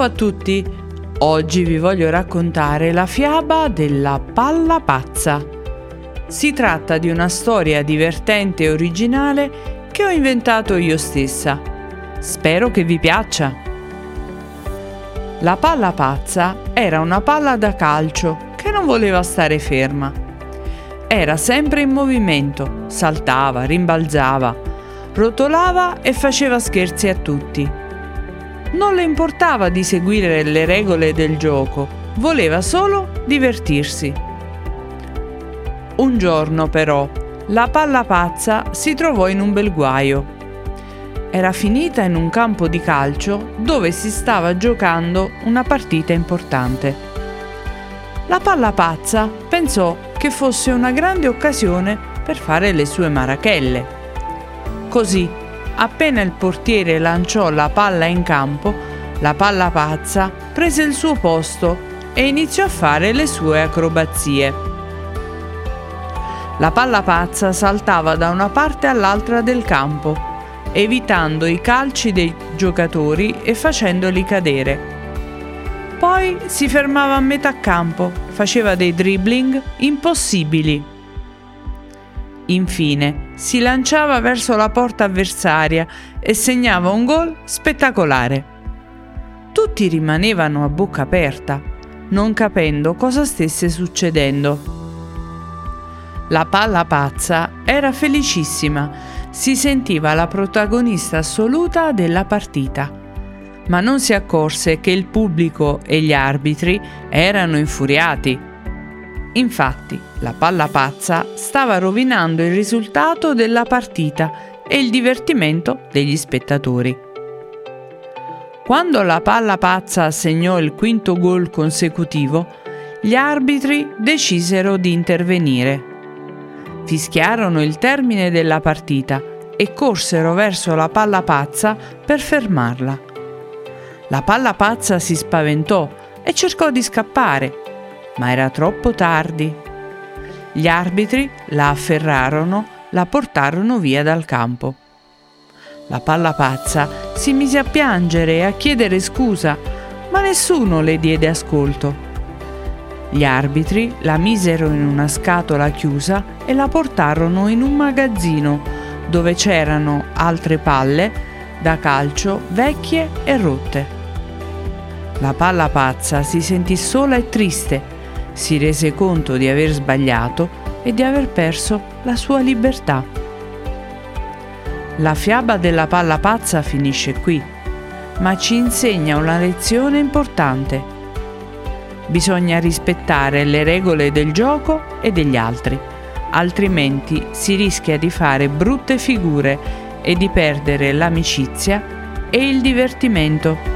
a tutti! Oggi vi voglio raccontare la fiaba della palla pazza. Si tratta di una storia divertente e originale che ho inventato io stessa. Spero che vi piaccia. La palla pazza era una palla da calcio che non voleva stare ferma. Era sempre in movimento, saltava, rimbalzava, rotolava e faceva scherzi a tutti. Non le importava di seguire le regole del gioco, voleva solo divertirsi. Un giorno però la palla pazza si trovò in un bel guaio. Era finita in un campo di calcio dove si stava giocando una partita importante. La palla pazza pensò che fosse una grande occasione per fare le sue marachelle. Così, appena il portiere lanciò la palla in campo, la palla pazza prese il suo posto e iniziò a fare le sue acrobazie. La palla pazza saltava da una parte all'altra del campo, evitando i calci dei giocatori e facendoli cadere. Poi si fermava a metà campo, faceva dei dribbling impossibili. Infine si lanciava verso la porta avversaria e segnava un gol spettacolare. Tutti rimanevano a bocca aperta, non capendo cosa stesse succedendo. La palla pazza era felicissima, si sentiva la protagonista assoluta della partita, ma non si accorse che il pubblico e gli arbitri erano infuriati. Infatti, la palla pazza stava rovinando il risultato della partita e il divertimento degli spettatori. Quando la palla pazza segnò il quinto gol consecutivo, gli arbitri decisero di intervenire. Fischiarono il termine della partita e corsero verso la palla pazza per fermarla. La palla pazza si spaventò e cercò di scappare, ma era troppo tardi. Gli arbitri la afferrarono, la portarono via dal campo. La palla pazza si mise a piangere e a chiedere scusa, ma nessuno le diede ascolto. Gli arbitri la misero in una scatola chiusa e la portarono in un magazzino dove c'erano altre palle da calcio vecchie e rotte. La palla pazza si sentì sola e triste. Si rese conto di aver sbagliato e di aver perso la sua libertà. La fiaba della palla pazza finisce qui, ma ci insegna una lezione importante. Bisogna rispettare le regole del gioco e degli altri, altrimenti si rischia di fare brutte figure e di perdere l'amicizia e il divertimento.